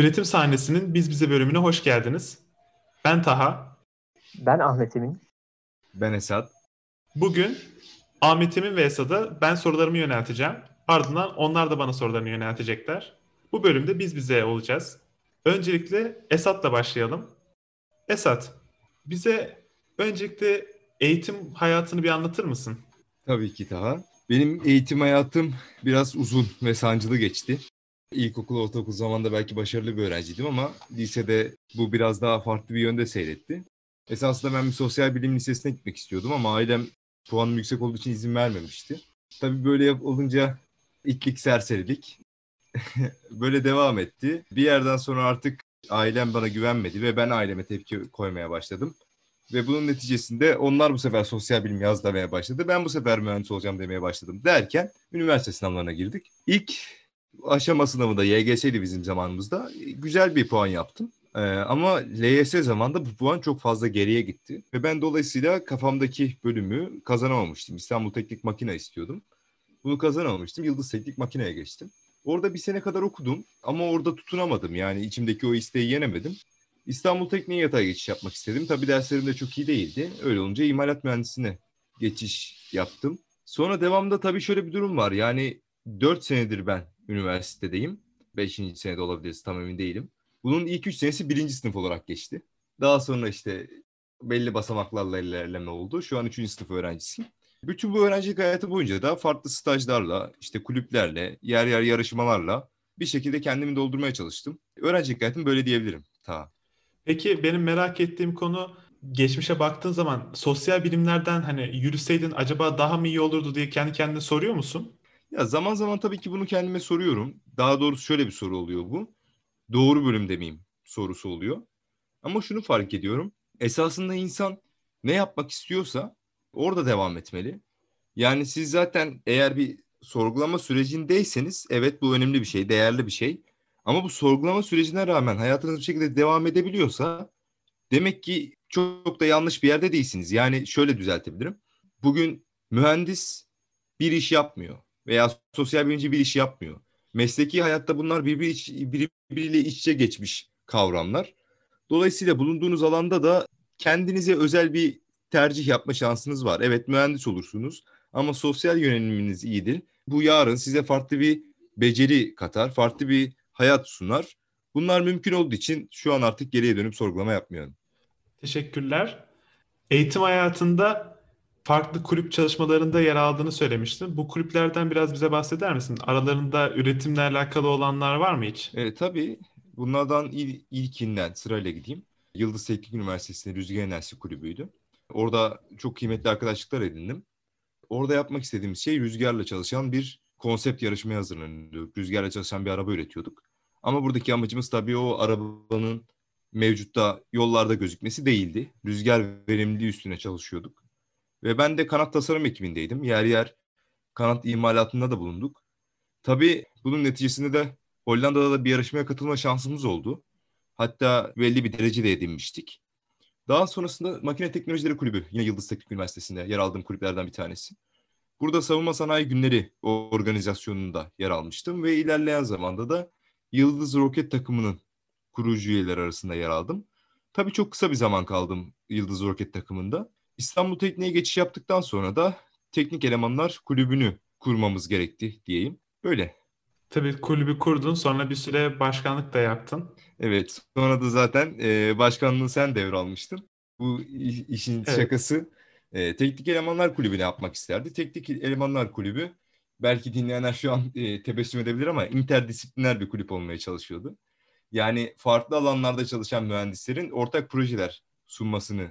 Üretim sahnesinin Biz Bize bölümüne hoş geldiniz. Ben Taha. Ben Ahmet Emin. Ben Esat. Bugün Ahmet Emin ve Esad'a ben sorularımı yönelteceğim. Ardından onlar da bana sorularını yöneltecekler. Bu bölümde Biz Bize olacağız. Öncelikle Esad'la başlayalım. Esad, bize öncelikle eğitim hayatını bir anlatır mısın? Tabii ki daha. Benim eğitim hayatım biraz uzun ve sancılı geçti. İlkokul, ortaokul zamanında belki başarılı bir öğrenciydim ama lisede bu biraz daha farklı bir yönde seyretti. Esasında ben bir sosyal bilim lisesine gitmek istiyordum ama ailem puanım yüksek olduğu için izin vermemişti. Tabii böyle olunca itlik, serserilik böyle devam etti. Bir yerden sonra artık ailem bana güvenmedi ve ben aileme tepki koymaya başladım. Ve bunun neticesinde onlar bu sefer sosyal bilim yaz demeye başladı. Ben bu sefer mühendis olacağım demeye başladım derken üniversite sınavlarına girdik. İlk aşama sınavında YGS'ydi bizim zamanımızda. Güzel bir puan yaptım. Ama LYS zamanında bu puan çok fazla geriye gitti. Ve ben dolayısıyla kafamdaki bölümü kazanamamıştım. İstanbul Teknik Makine istiyordum. Bunu kazanamamıştım. Yıldız Teknik Makine'ye geçtim. Orada bir sene kadar okudum ama orada tutunamadım. Yani içimdeki o isteği yenemedim. İstanbul Teknik'e yatay geçiş yapmak istedim. Tabii derslerim de çok iyi değildi. Öyle olunca imalat mühendisliğine geçiş yaptım. Sonra devamında tabii şöyle bir durum var. Yani 4 senedir ben üniversitedeyim. 5. senede olabiliriz, tam emin değilim. Bunun ilk 3 senesi 1. sınıf olarak geçti. Daha sonra işte belli basamaklarla ilerleme oldu. Şu an 3. sınıf öğrencisiyim. Bütün bu öğrencilik hayatı boyunca da farklı stajlarla, işte kulüplerle, yer yer yarışmalarla bir şekilde kendimi doldurmaya çalıştım. Öğrencilik hayatım böyle diyebilirim. Ta. Peki benim merak ettiğim konu geçmişe baktığın zaman sosyal bilimlerden hani yürüseydin acaba daha mı iyi olurdu diye kendi kendine soruyor musun? Ya zaman zaman tabii ki bunu kendime soruyorum. Daha doğrusu şöyle bir soru oluyor bu. Doğru bölümde miyim sorusu oluyor. Ama şunu fark ediyorum. Esasında insan ne yapmak istiyorsa orada devam etmeli. Yani siz zaten eğer bir sorgulama sürecindeyseniz evet bu önemli bir şey, değerli bir şey. Ama bu sorgulama sürecine rağmen hayatınız bir şekilde devam edebiliyorsa demek ki çok da yanlış bir yerde değilsiniz. Yani şöyle düzeltebilirim. Bugün mühendis bir iş yapmıyor veya sosyal bilimci bir iş yapmıyor. Mesleki hayatta bunlar birbiriyle iç içe geçmiş kavramlar. Dolayısıyla bulunduğunuz alanda da kendinize özel bir tercih yapma şansınız var. Evet, mühendis olursunuz ama sosyal yöneliminiz iyidir. Bu yarın size farklı bir beceri katar, farklı bir hayat sunar. Bunlar mümkün olduğu için şu an artık geriye dönüp sorgulama yapmıyorum. Teşekkürler. Eğitim hayatında farklı kulüp çalışmalarında yer aldığını söylemiştin. Bu kulüplerden biraz bize bahseder misin? Aralarında üretimle alakalı olanlar var mı hiç? Tabii bunlardan ilkinden sırayla gideyim. Yıldız Teknik Üniversitesi'nin Rüzgar Enerjisi Kulübü'ydü. Orada çok kıymetli arkadaşlıklar edindim. Orada yapmak istediğimiz şey rüzgarla çalışan bir konsept yarışmaya hazırlanıyorduk. Rüzgarla çalışan bir araba üretiyorduk. Ama buradaki amacımız tabii o arabanın mevcutta yollarda gözükmesi değildi. Rüzgar verimliliği üstüne çalışıyorduk. Ve ben de kanat tasarım ekibindeydim. Yer yer kanat imalatında da bulunduk. Tabii bunun neticesinde de Hollanda'da da bir yarışmaya katılma şansımız oldu. Hatta belli bir derece de edinmiştik. Daha sonrasında Makine Teknolojileri Kulübü, yine Yıldız Teknik Üniversitesi'nde yer aldığım kulüplerden bir tanesi. Burada Savunma Sanayi Günleri organizasyonunda yer almıştım ve ilerleyen zamanda da Yıldız Roket takımının kurucu üyeleri arasında yer aldım. Tabii çok kısa bir zaman kaldım Yıldız Roket takımında. İstanbul Teknik'e geçiş yaptıktan sonra da Teknik Elemanlar Kulübü'nü kurmamız gerekti diyeyim. Böyle. Tabii kulübü kurdun, sonra bir süre başkanlık da yaptın. Evet, sonra da zaten başkanlığı sen devralmıştın. Bu işin Evet. şakası, Teknik Elemanlar Kulübü'ne yapmak isterdi. Teknik Elemanlar Kulübü, belki dinleyenler şu an tebessüm edebilir ama interdisipliner bir kulüp olmaya çalışıyordu. Yani farklı alanlarda çalışan mühendislerin ortak projeler sunmasını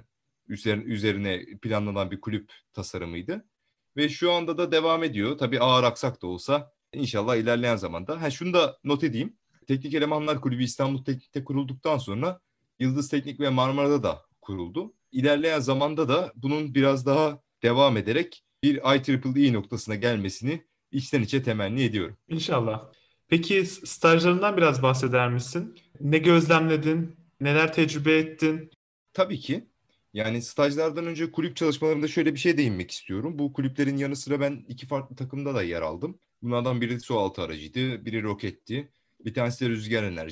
üzerine planlanan bir kulüp tasarımıydı. Ve şu anda da devam ediyor. Tabii ağır aksak da olsa inşallah ilerleyen zamanda. Şunu da not edeyim. Teknik Elemanlar Kulübü İstanbul Teknik'te kurulduktan sonra Yıldız Teknik ve Marmara'da da kuruldu. İlerleyen zamanda da bunun biraz daha devam ederek bir IEEE noktasına gelmesini içten içe temenni ediyorum. İnşallah. Peki stajlarından biraz bahseder misin? Ne gözlemledin? Neler tecrübe ettin? Tabii ki. Yani stajlardan önce kulüp çalışmalarında şöyle bir şey değinmek istiyorum. Bu kulüplerin yanı sıra ben iki farklı takımda da yer aldım. Bunlardan biri su altı aracıydı, biri roketti. Bir tanesi de rüzgar enerjisi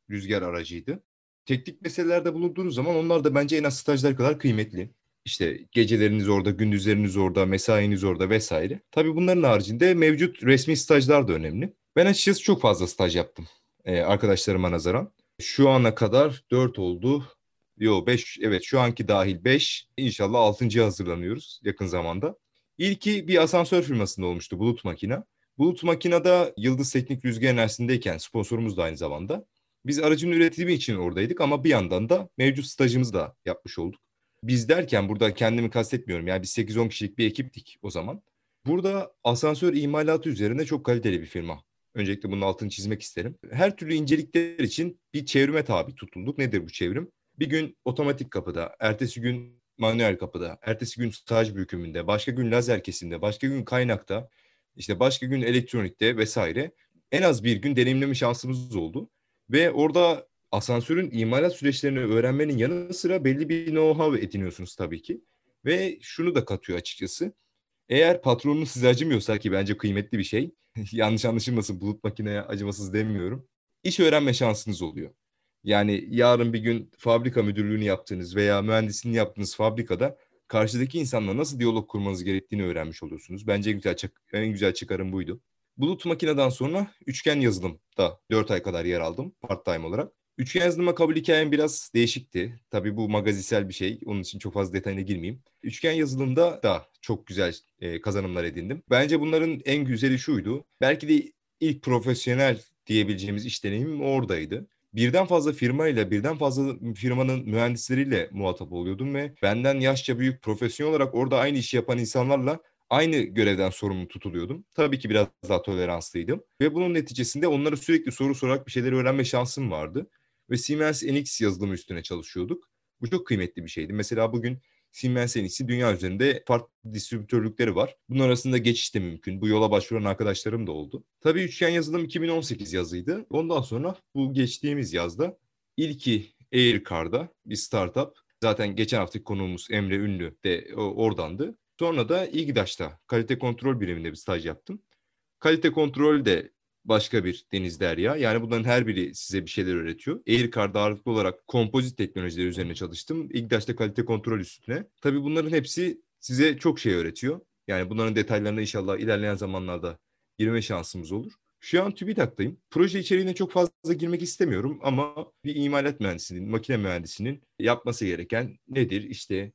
rüzgar aracıydı. Teknik meselelerde bulunduğunuz zaman onlar da bence en az stajlar kadar kıymetli. İşte geceleriniz orada, gündüzleriniz orada, mesainiz orada vesaire. Tabii bunların haricinde mevcut resmi stajlar da önemli. Ben açıkçası çok fazla staj yaptım arkadaşlarıma nazaran. Şu ana kadar 4 oldu. Yo 5, evet, şu anki dahil 5. İnşallah 6.'ya hazırlanıyoruz yakın zamanda. İlki bir asansör firmasında olmuştu, Bulut Makina. Bulut Makina'da Yıldız Teknik Rüzgar Enerjisi'ndeyken sponsorumuz da aynı zamanda. Biz aracın üretimi için oradaydık ama bir yandan da mevcut stajımızı da yapmış olduk. Biz derken burada kendimi kastetmiyorum. Yani biz 8-10 kişilik bir ekiptik o zaman. Burada asansör imalatı üzerine çok kaliteli bir firma. Öncelikle bunun altını çizmek isterim. Her türlü incelikler için bir çevrime tabi tutulduk. Nedir bu çevrim? Bir gün otomatik kapıda, ertesi gün manuel kapıda, ertesi gün staj bükümünde, başka gün lazer kesimde, başka gün kaynakta, işte başka gün elektronikte vesaire. En az bir gün deneyimleme şansımız oldu. Ve orada asansörün imalat süreçlerini öğrenmenin yanı sıra belli bir know-how ediniyorsunuz tabii ki. Ve şunu da katıyor açıkçası. Eğer patronunuz size acımıyorsa, ki bence kıymetli bir şey. Yanlış anlaşılmasın, Bulut Makine'ye acımasız demiyorum. İş öğrenme şansınız oluyor. Yani yarın bir gün fabrika müdürlüğünü yaptığınız veya mühendisliğini yaptığınız fabrikada karşıdaki insanla nasıl diyalog kurmanız gerektiğini öğrenmiş oluyorsunuz. Bence en güzel çıkarım buydu. Bulut Makine'den sonra üçgen yazılımda 4 ay kadar yer aldım part-time olarak. Üçgen yazılıma kabul hikayem biraz değişikti. Tabii bu magazinsel bir şey. Onun için çok fazla detayına girmeyeyim. Üçgen yazılımda da çok güzel kazanımlar edindim. Bence bunların en güzeli şuydu. Belki de ilk profesyonel diyebileceğimiz iş deneyimim oradaydı. Birden fazla firmayla, birden fazla firmanın mühendisleriyle muhatap oluyordum ve benden yaşça büyük, profesyonel olarak orada aynı işi yapan insanlarla aynı görevden sorumlu tutuluyordum. Tabii ki biraz daha toleranslıydım. Ve bunun neticesinde onlara sürekli soru sorarak bir şeyleri öğrenme şansım vardı. Ve Siemens NX yazılımı üstüne çalışıyorduk. Bu çok kıymetli bir şeydi. Mesela bugün Siemens NX'in dünya üzerinde farklı distribütörlükleri var. Bunun arasında geçiş de mümkün. Bu yola başvuran arkadaşlarım da oldu. Tabii üçgen yazılım 2018 yazıydı. Ondan sonra bu geçtiğimiz yazda ilki Aircar'da bir startup. Zaten geçen haftaki konuğumuz Emre Ünlü de oradandı. Sonra da İGDAŞ'ta kalite kontrol biriminde bir staj yaptım. Kalite kontrol de başka bir deniz derya. Yani bunların her biri size bir şeyler öğretiyor. Aircar'da ağırlıklı olarak kompozit teknolojileri üzerine çalıştım. İGDAŞ'ta kalite kontrol üstüne. Tabii bunların hepsi size çok şey öğretiyor. Yani bunların detaylarına inşallah ilerleyen zamanlarda girme şansımız olur. Şu an TÜBİTAK'tayım. Proje içeriğine çok fazla girmek istemiyorum ama bir imalat mühendisinin, makine mühendisinin yapması gereken nedir? İşte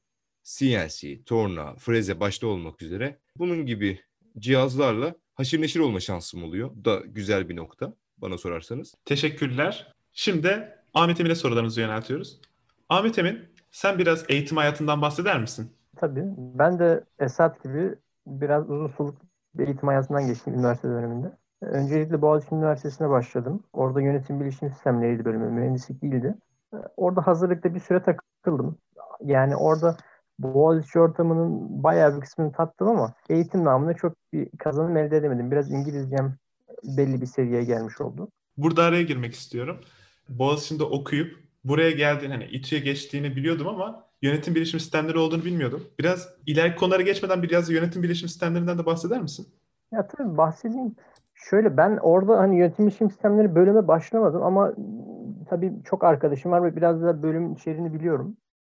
CNC, torna, freze başta olmak üzere bunun gibi cihazlarla haşır neşir olma şansım oluyor. Bu da güzel bir nokta bana sorarsanız. Teşekkürler. Şimdi Ahmet Emin'e sorularımızı yöneltiyoruz. Ahmet Emin, sen biraz eğitim hayatından bahseder misin? Tabii. Ben de Esat gibi biraz uzun soluklu bir eğitim hayatından geçtim üniversite döneminde. Öncelikle Boğaziçi Üniversitesi'ne başladım. Orada yönetim bilişim sistemleriydi bölümü, mühendislik değildi. Orada hazırlıkta bir süre takıldım. Yani orada Boğaziçi ortamının bayağı bir kısmını tattım ama eğitim namına çok bir kazanım elde edemedim. Biraz İngilizcem belli bir seviyeye gelmiş oldu. Burada araya girmek istiyorum. Boğaziçi'nde okuyup buraya geldiğin, hani İTÜ'ye geçtiğini biliyordum ama yönetim bilişim sistemleri olduğunu bilmiyordum. Biraz ileriki konulara geçmeden biraz yönetim bilişim sistemlerinden de bahseder misin? Ya tabii bahsedeyim. Şöyle ben orada hani yönetim bilişim sistemleri bölüme başlamadım ama tabii çok arkadaşım var ve biraz da bölüm içeriğini biliyorum.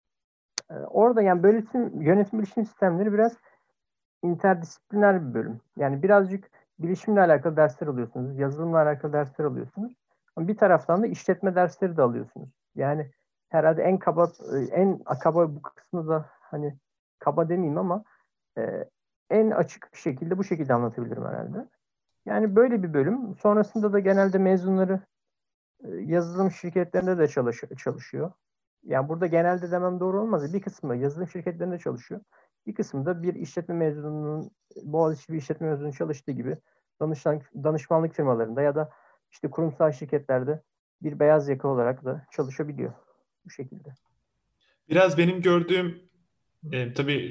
Orada yani yönetim bilişim sistemleri biraz interdisipliner bir bölüm. Yani birazcık bilişimle alakalı dersler alıyorsunuz, yazılımla alakalı dersler alıyorsunuz. Ama bir taraftan da işletme dersleri de alıyorsunuz. Yani herhalde en kaba bu kısmı da hani kaba demeyeyim ama e, en açık bir şekilde bu şekilde anlatabilirim herhalde. Yani böyle bir bölüm. Sonrasında da genelde mezunları yazılım şirketlerinde de çalışıyor. Yani burada genelde demem doğru olmaz. Bir kısmı yazılım şirketlerinde çalışıyor. Bir kısmı da bir işletme mezununun, Boğaziçi bir işletme mezunu çalıştığı gibi danışmanlık firmalarında ya da işte kurumsal şirketlerde bir beyaz yaka olarak da çalışabiliyor bu şekilde. Biraz benim gördüğüm tabii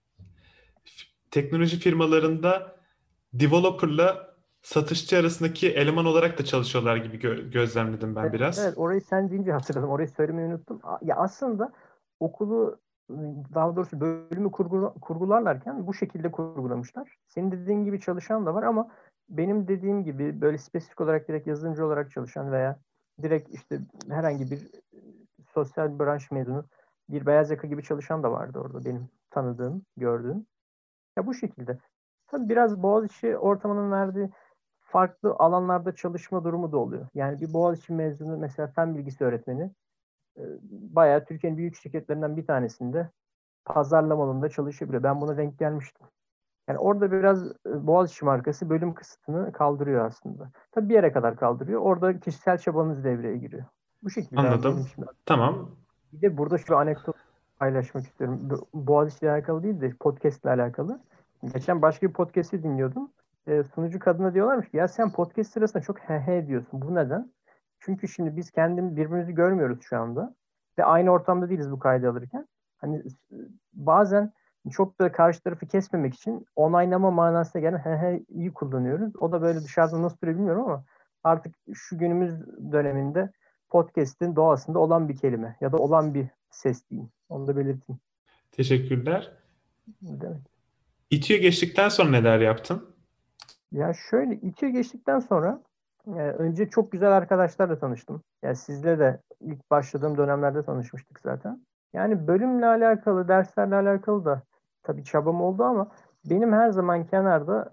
teknoloji firmalarında developer'la satışçı arasındaki eleman olarak da çalışıyorlar gibi gözlemledim ben Evet, biraz. orayı sen deyince hatırladım. Orayı söylemeyi unuttum. Ya aslında okulu daha doğrusu bölümü kurgularlarken bu şekilde kurgulamışlar. Senin dediğin gibi çalışan da var ama benim dediğim gibi böyle spesifik olarak direkt yazılımcı olarak çalışan veya direkt işte herhangi bir sosyal branş mezunu bir beyaz yaka gibi çalışan da vardı orada benim tanıdığım, gördüğüm. Ya bu şekilde. Tabii biraz Boğaziçi ortamının verdiği farklı alanlarda çalışma durumu da oluyor. Yani bir Boğaziçi mezunu mesela fen bilgisi öğretmeni bayağı Türkiye'nin büyük şirketlerinden bir tanesinde pazarlama alanında çalışabiliyor. Ben buna denk gelmiştim. Yani orada biraz Boğaziçi markası bölüm kısıtını kaldırıyor aslında. Tabii bir yere kadar kaldırıyor. Orada kişisel çabanız devreye giriyor. Bu şekilde abi benim Anladım. şimdi. Tamam. Bir de burada şu anekdot paylaşmak istiyorum. Boğaziçi ile alakalı değil de podcast ile alakalı. Geçen başka bir podcast'i dinliyordum. Sunucu kadına diyorlarmış ki ya sen podcast sırasında çok he he diyorsun. Bu neden? Çünkü şimdi biz kendimiz birbirimizi görmüyoruz şu anda. Ve aynı ortamda değiliz bu kaydı alırken. Hani bazen çok da karşı tarafı kesmemek için onaylama manasına gelen he he'yi kullanıyoruz. O da böyle dışarıdan nasıl duruyor bilmiyorum ama artık şu günümüz döneminde podcast'in doğasında olan bir kelime ya da olan bir ses diyeyim. Onu da belirteyim. Teşekkürler. Ne demek? İTÜ'ye geçtikten sonra neler yaptın? Ya şöyle İTÜ'ye geçtikten sonra önce çok güzel arkadaşlarla tanıştım. Yani sizle de ilk başladığım dönemlerde tanışmıştık zaten. Yani bölümle alakalı, derslerle alakalı da tabii çabam oldu ama benim her zaman kenarda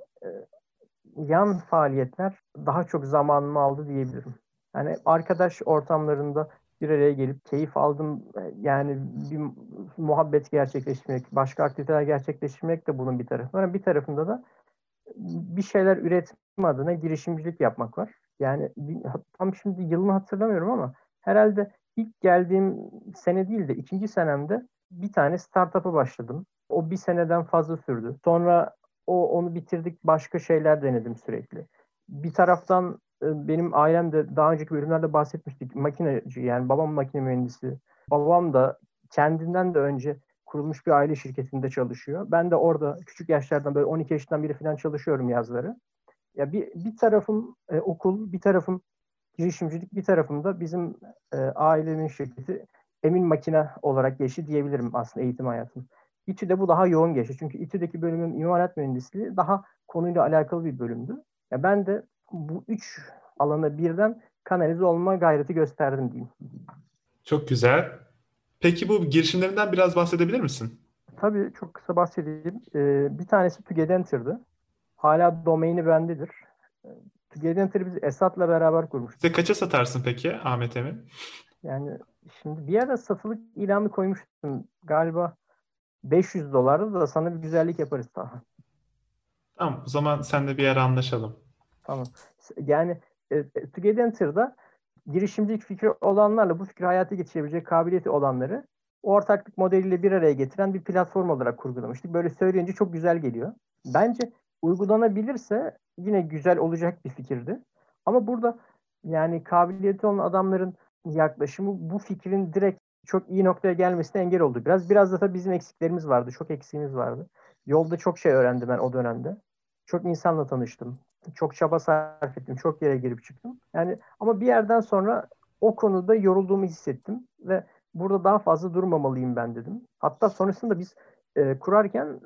yan faaliyetler daha çok zamanımı aldı diyebilirim. Yani arkadaş ortamlarında bir araya gelip keyif aldım. Yani bir muhabbet gerçekleştirmek, başka aktiviteler gerçekleştirmek de bunun bir tarafı. Sonra bir tarafında da bir şeyler üretme adına girişimcilik yapmak var. Yani tam şimdi yılını hatırlamıyorum ama herhalde ilk geldiğim sene değil de ikinci senemde bir tane startup'a başladım. O bir seneden fazla sürdü. Sonra onu bitirdik, başka şeyler denedim sürekli. Bir taraftan benim ailem de daha önceki bölümlerde bahsetmiştik. Makineci, yani babam makine mühendisi. Babam da kendinden de önce kurulmuş bir aile şirketinde çalışıyor. Ben de orada küçük yaşlardan böyle 12 yaşından beri falan çalışıyorum yazları. Ya bir tarafım okul, bir tarafım girişimcilik, bir tarafım da bizim ailemin şirketi Emin Makine olarak geçti diyebilirim aslında eğitim hayatım. İTÜ'de bu daha yoğun geçti. Çünkü İTÜ'deki bölümüm imalat mühendisliği daha konuyla alakalı bir bölümdü. Ya ben de bu üç alana birden kanalize olma gayreti gösterdim diyeyim. Çok güzel. Peki bu girişimlerinden biraz bahsedebilir misin? Tabii çok kısa bahsedeyim. Bir tanesi Tugedenter'dı. Hala domaini bendedir. Tugedenter'ı biz Esat'la beraber kurmuştuk. Size kaça satarsın peki Ahmet Emin? Yani şimdi bir ara satılık ilanı koymuştum. Galiba $500 da sana bir güzellik yaparız daha. Tamam, o zaman seninle bir ara anlaşalım. Tamam. Yani Tugedenter'da girişimcilik fikri olanlarla bu fikri hayata geçirebilecek kabiliyeti olanları ortaklık modeliyle bir araya getiren bir platform olarak kurgulamıştık. Böyle söyleyince çok güzel geliyor. Bence uygulanabilirse yine güzel olacak bir fikirdi. Ama burada yani kabiliyeti olan adamların yaklaşımı bu fikrin direkt çok iyi noktaya gelmesine engel oldu. Biraz da tabii bizim eksiklerimiz vardı. Çok eksiğimiz vardı. Yolda çok şey öğrendim ben o dönemde. Çok insanla tanıştım. Çok çaba sarf ettim. Çok yere girip çıktım. Yani ama bir yerden sonra o konuda yorulduğumu hissettim ve burada daha fazla durmamalıyım ben dedim. Hatta sonrasında biz kurarken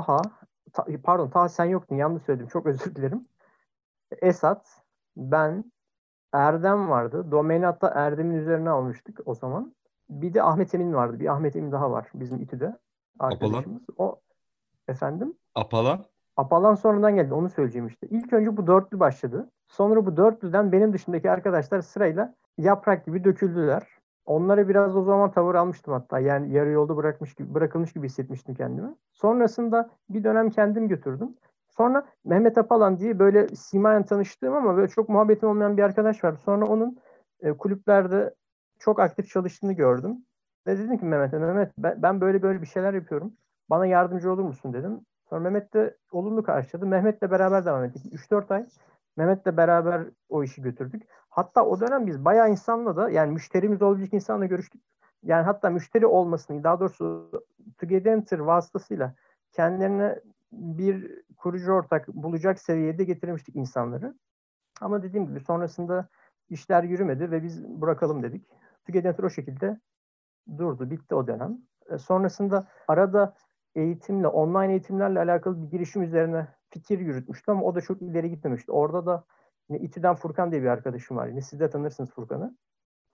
Taha sen yoktun, yanlış söyledim. Çok özür dilerim. Esat, ben, Erdem vardı. Domaini hatta Erdem'in üzerine almıştık o zaman. Bir de Ahmet Emin vardı. Bir Ahmet Emin daha var bizim İTÜ'de Apalan. arkadaşımız. O efendim. Apalan. Apalan sonradan geldi. Onu söyleyeceğim işte. İlk önce bu dörtlü başladı. Sonra bu dörtlüden benim dışındaki arkadaşlar sırayla yaprak gibi döküldüler. Onlara biraz o zaman tavır almıştım hatta. Yani yarı yolda bırakılmış gibi hissetmiştim kendimi. Sonrasında bir dönem kendim götürdüm. Sonra Mehmet Apalan diye böyle simayen tanıştığım ama böyle çok muhabbetim olmayan bir arkadaş vardı. Sonra onun kulüplerde çok aktif çalıştığını gördüm. Ve dedim ki Mehmet ben böyle bir şeyler yapıyorum. Bana yardımcı olur musun dedim. Sonra Mehmet de olumlu karşıladı. Mehmet'le beraber devam ettik. 3-4 ay Mehmet'le beraber o işi götürdük. Hatta o dönem biz bayağı insanla da yani müşterimiz olacak insanla görüştük. Yani hatta müşteri olmasını, daha doğrusu Together vasıtasıyla kendilerine bir kurucu ortak bulacak seviyede getirmiştik insanları. Ama dediğim gibi sonrasında işler yürümedi ve biz bırakalım dedik. Together o şekilde durdu, bitti o dönem. Sonrasında arada online eğitimlerle alakalı bir girişim üzerine fikir yürütmüştü ama o da çok ileri gitmemişti. Orada da yine İTÜ'den Furkan diye bir arkadaşım var. Yine siz de tanırsınız Furkan'ı.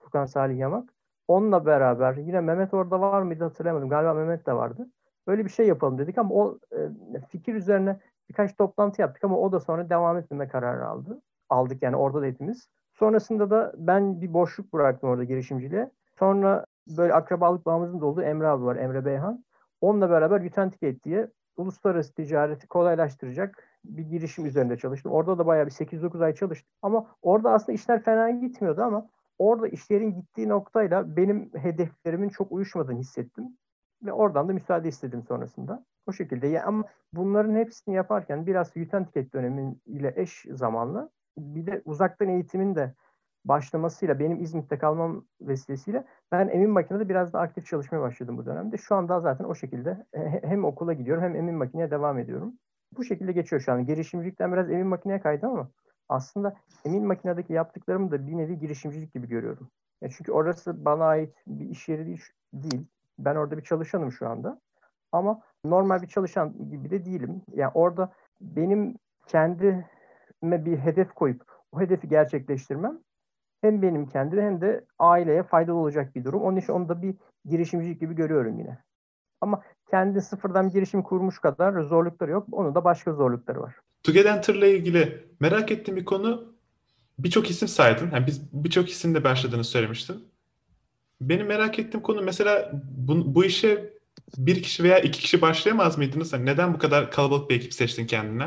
Furkan Salih Yamak. Onunla beraber yine Mehmet orada var mıydı hatırlayamadım. Galiba Mehmet de vardı. Böyle bir şey yapalım dedik ama o fikir üzerine birkaç toplantı yaptık ama o da sonra devam etmeme kararı aldı. Aldık yani orada da hepimiz. Sonrasında da ben bir boşluk bıraktım orada girişimciliğe. Sonra böyle akrabalık bağımızın da olduğu Emre abi var, Emre Beyhan. Onunla beraber Yutentikate diye uluslararası ticareti kolaylaştıracak bir girişim üzerinde çalıştım. Orada da bayağı bir 8-9 ay çalıştım. Ama orada aslında işler fena gitmiyordu ama orada işlerin gittiği noktayla benim hedeflerimin çok uyuşmadığını hissettim. Ve oradan da müsaade istedim sonrasında. O şekilde. Ya ama bunların hepsini yaparken biraz Yutentikate dönemiyle eş zamanlı bir de uzaktan eğitimin de başlamasıyla benim İzmit'te kalmam vesilesiyle ben Emin Makine'de biraz da aktif çalışmaya başladım bu dönemde. Şu anda zaten o şekilde hem okula gidiyorum hem Emin Makine'ye devam ediyorum. Bu şekilde geçiyor şu an. Girişimcilikten biraz Emin Makine'ye kaydı ama aslında Emin Makine'deki yaptıklarımı da bir nevi girişimcilik gibi görüyorum. Ya çünkü orası bana ait bir iş yeri değil. Ben orada bir çalışanım şu anda. Ama normal bir çalışan gibi de değilim. Yani orada benim kendime bir hedef koyup o hedefi gerçekleştirmem hem benim kendime hem de aileye faydalı olacak bir durum. Onun için onu da bir girişimcilik gibi görüyorum yine. Ama kendi sıfırdan bir girişim kurmuş kadar zorlukları yok. Onun da başka zorlukları var. Together'la ilgili merak ettiğim bir konu, birçok isim saydın. Yani biz birçok isimle başladığını söylemiştin. Benim merak ettiğim konu mesela bu işe bir kişi veya iki kişi başlayamaz mıydınız? Yani neden bu kadar kalabalık bir ekip seçtin kendine?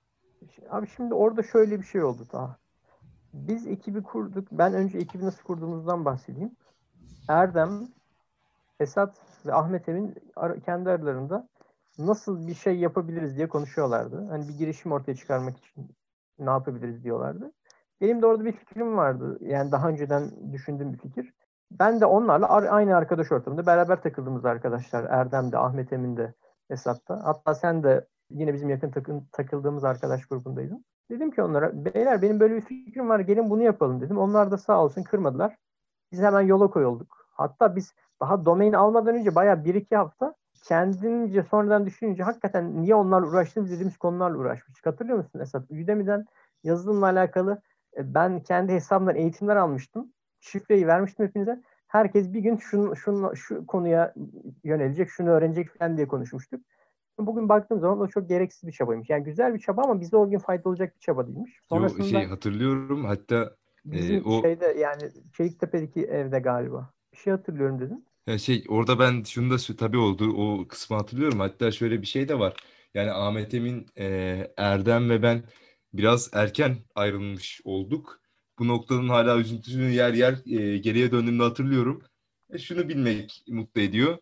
Abi şimdi orada şöyle bir şey oldu daha. Biz ekibi kurduk. Ben önce ekibi nasıl kurduğumuzdan bahsedeyim. Erdem, Esat ve Ahmet Emin kendi aralarında nasıl bir şey yapabiliriz diye konuşuyorlardı. Hani bir girişim ortaya çıkarmak için ne yapabiliriz diyorlardı. Benim de orada bir fikrim vardı. Yani daha önceden düşündüğüm bir fikir. Ben de onlarla aynı arkadaş ortamında beraber takıldığımız arkadaşlar. Erdem de, Ahmet Emin de, Esat da. Hatta sen de yine bizim yakın takıldığımız arkadaş grubundaydın. Dedim ki onlara, beyler benim böyle bir fikrim var, gelin bunu yapalım dedim. Onlar da sağ olsun kırmadılar. Biz hemen yola koyulduk. Hatta biz daha domain almadan önce bayağı 1-2 hafta kendimce sonradan düşününce hakikaten niye onlarla uğraştığımız dediğimiz konularla uğraşmıştık. Hatırlıyor musun Esat? Udemy'den yazılımla alakalı ben kendi hesabımdan eğitimler almıştım. Şifreyi vermiştim hepinize. Herkes bir gün şu konuya yönelecek, şunu öğrenecek falan diye konuşmuştuk. Bugün baktığım zaman o çok gereksiz bir çabaymış. Yani güzel bir çaba ama bize o gün fayda olacak bir çaba değilmiş. Yo şey Sonrasında hatırlıyorum hatta bizim o şeyde yani Çeliktepe'deki evde galiba. Bir şey hatırlıyorum dedim. ya şey orada ben şunu da tabii oldu o kısmı hatırlıyorum. Hatta şöyle bir şey de var. Yani Ahmet Emin, Erdem ve ben biraz erken ayrılmış olduk. Bu noktanın hala üzüntüsünü yer yer geriye döndüğümde hatırlıyorum. Şunu bilmek mutlu ediyor.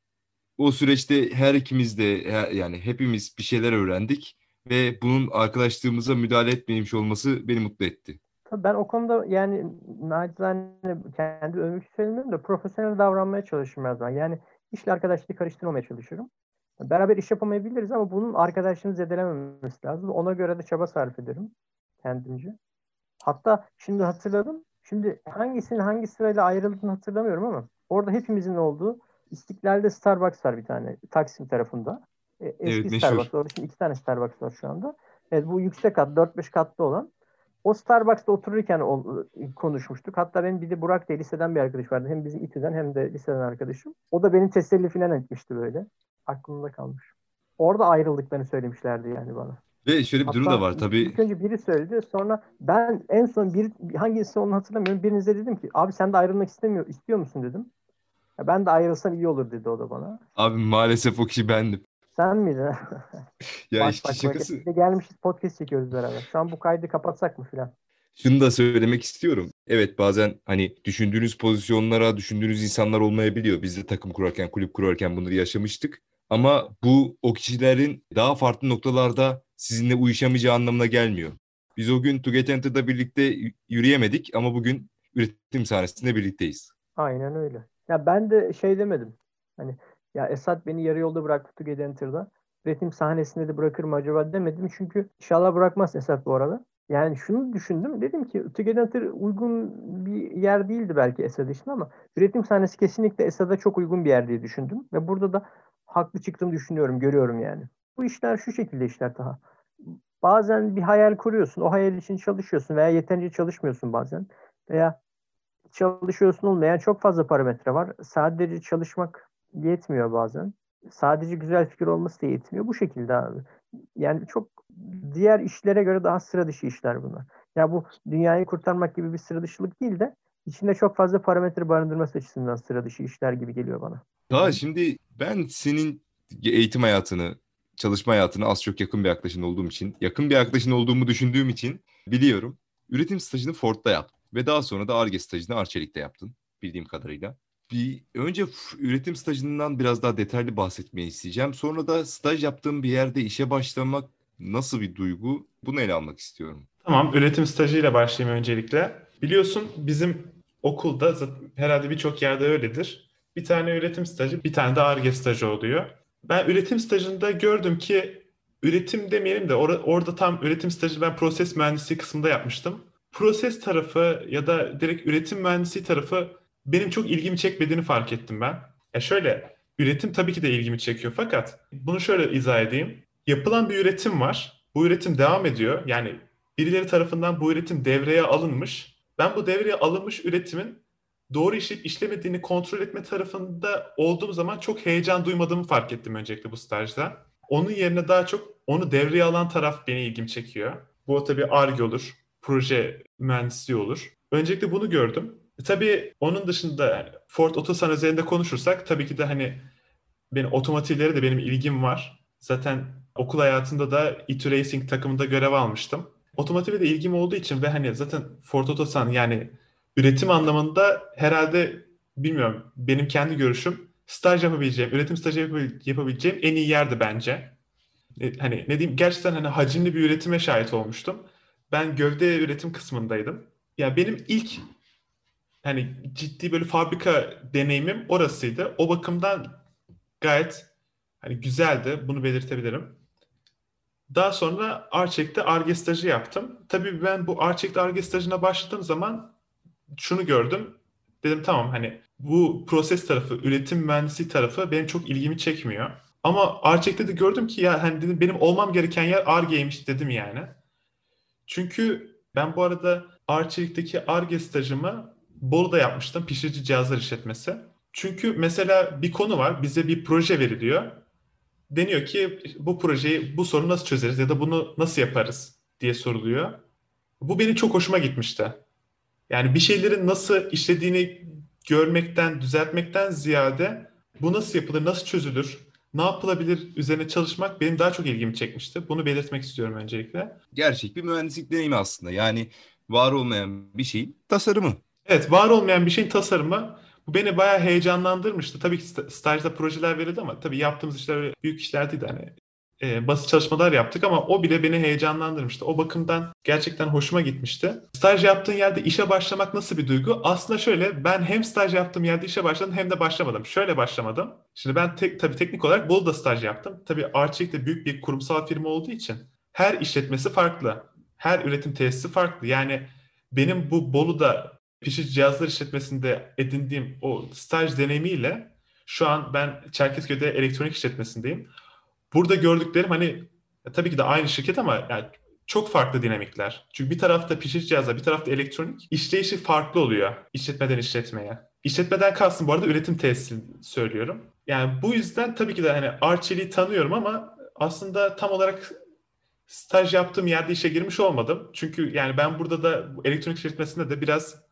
O süreçte her ikimiz de yani hepimiz bir şeyler öğrendik ve bunun arkadaşlığımıza müdahale etmemiş olması beni mutlu etti. Tabii ben o konuda yani nacizane kendi övmek söylemiyorum da profesyonel davranmaya çalışırım her zaman. Yani işle arkadaşlığı karıştırmamaya çalışırım. Beraber iş yapamayabiliriz ama bunun arkadaşlığını zedelememesi lazım. Ona göre de çaba sarf ederim kendimce. Hatta şimdi hatırladım. Şimdi hangisinin hangi sırayla ayrıldığını hatırlamıyorum ama orada hepimizin olduğu İstiklal'de Starbucks var bir tane Taksim tarafında. Evet, Eski meşhur. Starbucks. Orada şimdi 2 tane Starbucks var şu anda. Evet, bu yüksek kat 4-5 katlı olan. O Starbucks'ta otururken konuşmuştuk. Hatta benim bir de Burak diye liseden bir arkadaş vardı. Hem bizim İTÜ'den hem de liseden arkadaşım. O da beni teselli falan etmişti böyle. Aklımda kalmış. Orada ayrıldıklarını söylemişlerdi yani bana. Ve şöyle bir durum da Hatta var tabii. ilk önce biri söyledi. Sonra ben en son hangisi onu hatırlamıyorum. Birinize dedim ki abi sen de ayrılmak istiyor musun dedim. Ya ben de ayrılsam iyi olur dedi o da bana. Abi maalesef o kişi bendim. Sen miydin? Ya Bak işin bak bak. şakası. Bir de gelmişiz podcast çekiyoruz beraber. Şu an bu kaydı kapatsak mı filan? Şunu da söylemek istiyorum. Evet, bazen hani düşündüğünüz pozisyonlara, düşündüğünüz insanlar olmayabiliyor. Biz de takım kurarken, kulüp kurarken bunları yaşamıştık. Ama bu o kişilerin daha farklı noktalarda sizinle uyuşamayacağı anlamına gelmiyor. Biz o gün Tuget Enter'da birlikte yürüyemedik ama bugün üretim sahnesinde birlikteyiz. Aynen öyle. Ya ben de şey demedim. Hani ya Esat beni yarı yolda bıraktı Together Enter'da. Üretim sahnesinde de bırakır mı acaba demedim. Çünkü inşallah bırakmaz Esat bu arada. Yani şunu düşündüm. Dedim ki Together Enter uygun bir yer değildi belki Esat için ama üretim sahnesi kesinlikle Esat'a çok uygun bir yer diye düşündüm. Ve burada da haklı çıktığımı düşünüyorum, görüyorum yani. Bu işler şu şekilde işler daha. Bazen bir hayal kuruyorsun. O hayal için çalışıyorsun veya yeterince çalışmıyorsun bazen. Veya çalışıyorsun olmayan çok fazla parametre var. Sadece çalışmak yetmiyor bazen. Sadece güzel fikir olması da yetmiyor. Bu şekilde abi. Yani çok diğer işlere göre daha sıra dışı işler bunlar. Ya bu dünyayı kurtarmak gibi bir sıra dışılık değil de içinde çok fazla parametre barındırması açısından sıra dışı işler gibi geliyor bana. Daha şimdi ben senin eğitim hayatını, çalışma hayatına az çok yakın bir arkadaşın olduğum için, yakın bir arkadaşın olduğumu düşündüğüm için biliyorum. Üretim stajını Ford'da yaptın ve daha sonra da Ar-Ge stajını Arçelik'te yaptın bildiğim kadarıyla. Önce üretim stajından biraz daha detaylı bahsetmeyi isteyeceğim. Sonra da staj yaptığım bir yerde işe başlamak nasıl bir duygu? Bunu ele almak istiyorum. Tamam, üretim stajıyla başlayayım öncelikle. Biliyorsun bizim okulda herhalde birçok yerde öyledir. Bir tane üretim stajı, bir tane de Ar-Ge stajı oluyor. Ben üretim stajında gördüm ki üretim demeyelim de orada tam üretim stajı ben proses mühendisliği kısmında yapmıştım. Proses tarafı ya da direkt üretim mühendisliği tarafı benim çok ilgimi çekmediğini fark ettim ben. Ya şöyle, üretim tabii ki de ilgimi çekiyor fakat bunu şöyle izah edeyim. Yapılan bir üretim var. Bu üretim devam ediyor. Yani birileri tarafından bu üretim devreye alınmış. Ben bu devreye alınmış üretimin doğru işleyip işlemediğini kontrol etme tarafında olduğum zaman çok heyecan duymadığımı fark ettim öncelikle bu stajda. Onun yerine daha çok onu devreye alan taraf beni ilgimi çekiyor. Bu tabii Ar-Ge olur, proje mühendisliği olur. Öncelikle bunu gördüm. Tabii onun dışında yani Ford Otosan üzerinde konuşursak tabii ki de hani benim otomotivlere de benim ilgim var. Zaten okul hayatında da E2 Racing takımında görev almıştım. Otomotive de ilgim olduğu için ve hani zaten Ford Otosan yani üretim anlamında herhalde bilmiyorum benim kendi görüşüm staj yapabileceğim, üretim stajı yapabileceğim en iyi yerdi bence. Hani ne diyeyim gerçekten hani hacimli bir üretime şahit olmuştum. Ben gövde üretim kısmındaydım. Ya benim ilk hani ciddi böyle fabrika deneyimim orasıydı. O bakımdan gayet hani güzeldi. Bunu belirtebilirim. Daha sonra Arçelik'te Ar-Ge stajı yaptım. Tabii ben bu Arçelik'te Ar-Ge stajına başladığım zaman şunu gördüm. Dedim tamam hani bu proses tarafı, üretim mühendisliği tarafı benim çok ilgimi çekmiyor. Ama Arçelik'te de gördüm ki ya hani dedim benim olmam gereken yer Ar-Ge'ymiş dedim yani. Çünkü ben bu arada Arçelik'teki Ar-Ge stajımı Bolu'da yapmıştım. Pişirici cihazlar işletmesi. Çünkü mesela bir konu var. Bize bir proje veriliyor. Deniyor ki bu projeyi, bu sorunu nasıl çözeriz ya da bunu nasıl yaparız diye soruluyor. Bu benim çok hoşuma gitmişti. Yani bir şeylerin nasıl işlediğini görmekten, düzeltmekten ziyade bu nasıl yapılır, nasıl çözülür, ne yapılabilir üzerine çalışmak benim daha çok ilgimi çekmişti. Bunu belirtmek istiyorum öncelikle. Gerçek bir mühendislik deneyimi aslında. Yani var olmayan bir şeyin tasarımı. Evet, var olmayan bir şeyin tasarımı bu beni bayağı heyecanlandırmıştı. Tabii ki stajda projeler verildi ama tabii yaptığımız işler öyle büyük işler değildi. Hani basit çalışmalar yaptık ama o bile beni heyecanlandırmıştı. O bakımdan gerçekten hoşuma gitmişti. Staj yaptığın yerde işe başlamak nasıl bir duygu? Aslında şöyle ben hem staj yaptığım yerde işe başladım hem de başlamadım. Şöyle başlamadım. Şimdi ben tabii teknik olarak Bolu'da staj yaptım. Tabii Arçelik de büyük bir kurumsal firma olduğu için her işletmesi farklı. Her üretim tesisi farklı. Yani benim bu Bolu'da pişirici cihazlar işletmesinde edindiğim o staj deneyimiyle şu an ben Çerkezköy'de elektronik işletmesindeyim. Burada gördüklerim hani tabii ki de aynı şirket ama yani çok farklı dinamikler. Çünkü bir tarafta pişirici cihazlar, bir tarafta elektronik. İşleyişi farklı oluyor işletmeden işletmeye. İşletmeden kastım bu arada üretim tesisi söylüyorum. Yani bu yüzden tabii ki de hani Arçelik'i tanıyorum ama aslında tam olarak staj yaptığım yerde işe girmiş olmadım. Çünkü yani ben burada da bu elektronik işletmesinde de biraz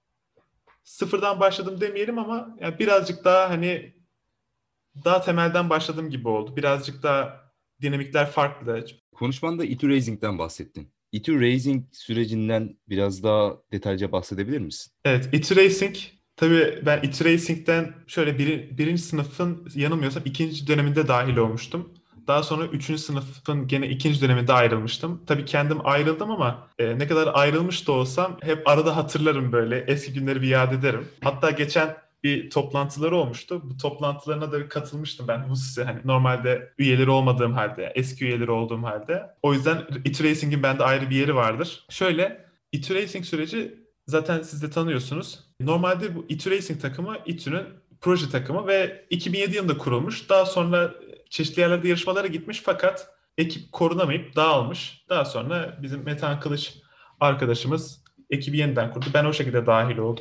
sıfırdan başladım demeyelim ama yani birazcık daha hani daha temelden başladığım gibi oldu. Birazcık daha dinamikler farklı. Konuşmanda E2 Racing'den bahsettin. E2 Racing sürecinden biraz daha detaylıca bahsedebilir misin? Evet, E-Tracing. Tabii ben E-Tracing'den şöyle birinci sınıfın yanılmıyorsam ikinci döneminde dahil olmuştum. Daha sonra üçüncü sınıfın gene ikinci döneminde ayrılmıştım. Tabii kendim ayrıldım ama ne kadar ayrılmış da olsam hep arada hatırlarım böyle. Eski günleri bir yad ederim. Hatta geçen bir toplantıları olmuştu. Bu toplantılarına da katılmıştım ben hususi. Hani normalde üyeleri olmadığım halde, eski üyeleri olduğum halde. O yüzden E-Tracing'in bende ayrı bir yeri vardır. Şöyle, E-Tracing süreci zaten siz de tanıyorsunuz. Normalde bu E2 Racing takımı İTÜ'nün proje takımı ve 2007 yılında kurulmuş. Daha sonra çeşitli yerlerde yarışmalara gitmiş fakat ekip korunamayıp dağılmış. Daha sonra bizim Metehan Kılıç arkadaşımız ekibi yeniden kurdu. Ben o şekilde dahil oldum.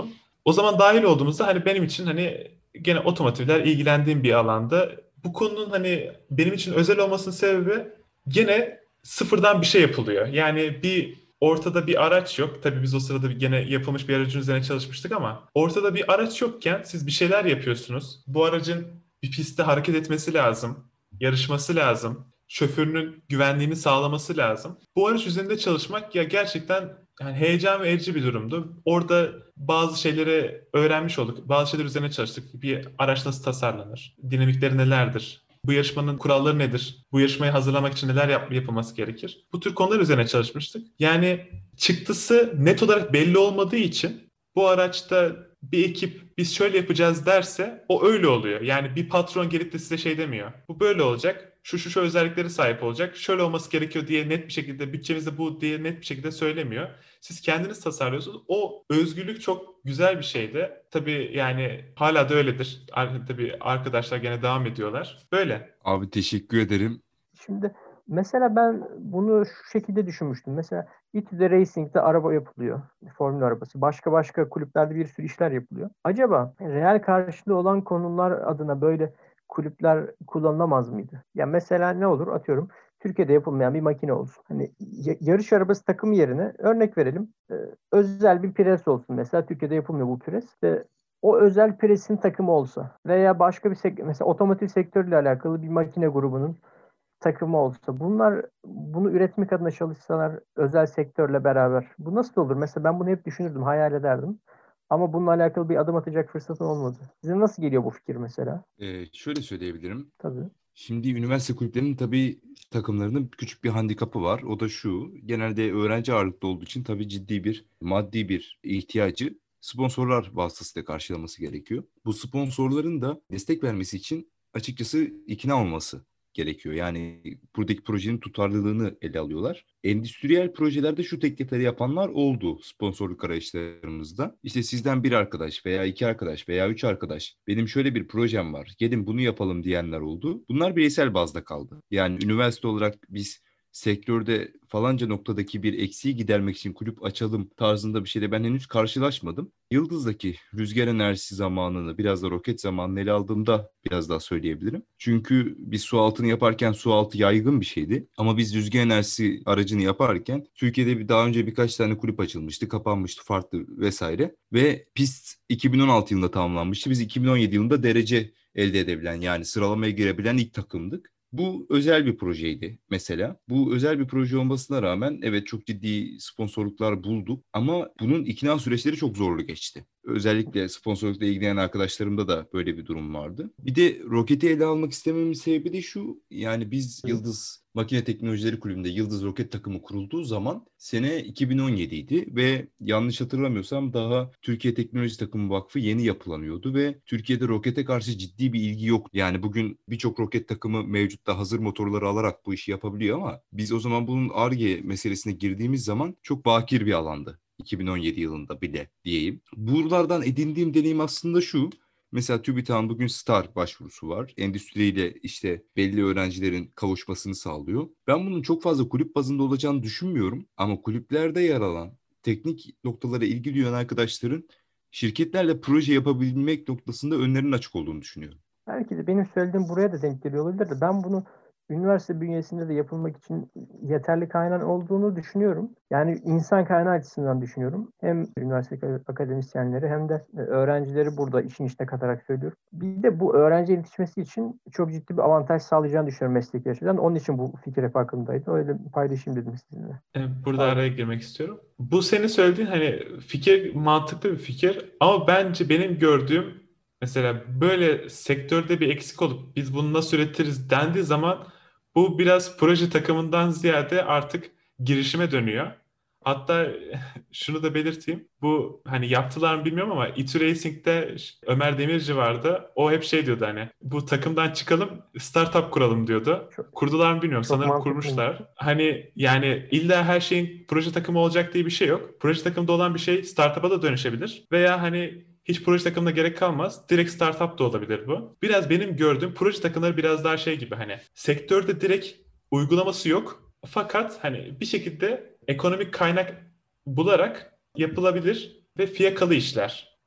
O zaman dahil olduğumuzda hani benim için hani gene otomotivler ilgilendiğim bir alanda. Bu konunun hani benim için özel olmasının sebebi gene sıfırdan bir şey yapılıyor. Yani ortada bir araç yok. Tabii biz o sırada gene yapılmış bir aracın üzerine çalışmıştık ama ortada bir araç yokken siz bir şeyler yapıyorsunuz. Bu aracın bir pistte hareket etmesi lazım, yarışması lazım, şoförünün güvenliğini sağlaması lazım. Bu araç üzerinde çalışmak ya gerçekten yani heyecan verici bir durumdu. Orada bazı şeyleri öğrenmiş olduk. Bazı şeyler üzerine çalıştık. Bir araç nasıl tasarlanır? Dinamikleri nelerdir? Bu yarışmanın kuralları nedir? Bu yarışmayı hazırlamak için neler yapılması gerekir? Bu tür konular üzerine çalışmıştık. Yani çıktısı net olarak belli olmadığı için bu araçta bir ekip biz şöyle yapacağız derse o öyle oluyor. Yani bir patron gelip de size şey demiyor. Bu böyle olacak. Şu özellikleri sahip olacak. Şöyle olması gerekiyor diye net bir şekilde bütçemizde bu diye net bir şekilde söylemiyor. Siz kendiniz tasarlıyorsunuz. O özgürlük çok güzel bir şeydi. Tabii yani hala da öyledir. Tabii arkadaşlar gene devam ediyorlar. Böyle. Abi teşekkür ederim. Şimdi mesela ben bunu şu şekilde düşünmüştüm. Mesela İTÜ'de Racing'de araba yapılıyor. Formül arabası. Başka kulüplerde bir sürü işler yapılıyor. Acaba reel karşılığı olan konular adına böyle kulüpler kullanılamaz mıydı? Yani mesela ne olur? Atıyorum Türkiye'de yapılmayan bir makine olsun. Hani yarış arabası takımı yerine örnek verelim. Özel bir pres olsun. Mesela Türkiye'de yapılmıyor bu pres. O özel presin takımı olsa veya başka bir mesela otomotiv sektörüyle alakalı bir makine grubunun takımı olsa, bunu üretmek adına çalışsalar özel sektörle beraber bu nasıl olur? Mesela ben bunu hep düşünürdüm, hayal ederdim. Ama bununla alakalı bir adım atacak fırsatım olmadı. Size nasıl geliyor bu fikir mesela? Şöyle söyleyebilirim. Tabii. Şimdi üniversite kulüplerinin tabii takımlarının küçük bir handikapı var. O da şu, genelde öğrenci ağırlıklı olduğu için tabii ciddi bir maddi bir ihtiyacı sponsorlar vasıtasıyla karşılaması gerekiyor. Bu sponsorların da destek vermesi için açıkçası ikna olması gerekiyor. Yani buradaki projenin tutarlılığını ele alıyorlar. Endüstriyel projelerde şu teklifleri yapanlar oldu sponsorluk arayışlarımızda. İşte sizden bir arkadaş veya iki arkadaş veya üç arkadaş benim şöyle bir projem var. Gelin bunu yapalım diyenler oldu. Bunlar bireysel bazda kaldı. Yani üniversite olarak biz sektörde falanca noktadaki bir eksiği gidermek için kulüp açalım tarzında bir şeyle ben henüz karşılaşmadım. Yıldız'daki rüzgar enerjisi zamanını biraz da roket zamanını ele aldığımda biraz daha söyleyebilirim. Çünkü biz su altını yaparken su altı yaygın bir şeydi. Ama biz rüzgar enerjisi aracını yaparken Türkiye'de daha önce birkaç tane kulüp açılmıştı, kapanmıştı farklı vesaire. Ve pist 2016 yılında tamamlanmıştı. Biz 2017 yılında derece elde edebilen yani sıralamaya girebilen ilk takımdık. Bu özel bir projeydi mesela. Bu özel bir proje olmasına rağmen evet çok ciddi sponsorluklar bulduk ama bunun ikna süreçleri çok zorlu geçti. Özellikle sponsorlukla ilgilenen arkadaşlarımda da böyle bir durum vardı. Bir de roketi ele almak istememin sebebi de şu. Yani biz Yıldız Makine Teknolojileri Kulübü'nde Yıldız Roket takımı kurulduğu zaman sene 2017 idi ve yanlış hatırlamıyorsam daha Türkiye Teknoloji Takımı Vakfı yeni yapılanıyordu ve Türkiye'de rokete karşı ciddi bir ilgi yok. Yani bugün birçok roket takımı mevcutta hazır motorları alarak bu işi yapabiliyor ama biz o zaman bunun Ar-Ge meselesine girdiğimiz zaman çok bakir bir alandı. 2017 yılında bile diyeyim. Buralardan edindiğim deneyim aslında şu. Mesela TÜBİTAK'ın bugün STAR başvurusu var. Endüstriyle işte belli öğrencilerin kavuşmasını sağlıyor. Ben bunun çok fazla kulüp bazında olacağını düşünmüyorum. Ama kulüplerde yer alan teknik noktalara ilgi duyan arkadaşların şirketlerle proje yapabilmek noktasında önlerinin açık olduğunu düşünüyorum. Belki de benim söylediğim buraya da denk geliyor olabilir de ben bunu üniversite bünyesinde de yapılmak için yeterli kaynağın olduğunu düşünüyorum. Yani insan kaynağı açısından düşünüyorum. Hem üniversite akademisyenleri hem de öğrencileri burada işin içine katarak söylüyorum. Bir de bu öğrenci yetişmesi için çok ciddi bir avantaj sağlayacağını düşünüyorum mesleki açıdan. Onun için bu fikir hep aklımdaydı. Öyle paylaşayım dedim sizinle. Burada Pardon. araya girmek istiyorum. Bu senin söylediğin hani fikir mantıklı bir fikir ama bence benim gördüğüm mesela böyle sektörde bir eksik olup biz bunu nasıl üretiriz dendiği zaman bu biraz proje takımından ziyade artık girişime dönüyor. Hatta şunu da belirteyim. Bu hani yaptılar mı bilmiyorum ama İTÜ Racing'de Ömer Demirci vardı. O hep şey diyordu hani bu takımdan çıkalım startup kuralım diyordu. Çok, Kurdular mı bilmiyorum. çok Sanırım mantıklıymış. kurmuşlar. Hani yani illa her şeyin proje takımı olacak diye bir şey yok. Proje takımında olan bir şey startup'a da dönüşebilir. Veya hani hiç proje takımına gerek kalmaz. Direkt startup da olabilir bu. Biraz benim gördüğüm proje takımları biraz daha şey gibi hani sektörde direkt uygulaması yok. Fakat hani bir şekilde ekonomik kaynak bularak yapılabilir ve fiyakalı işler.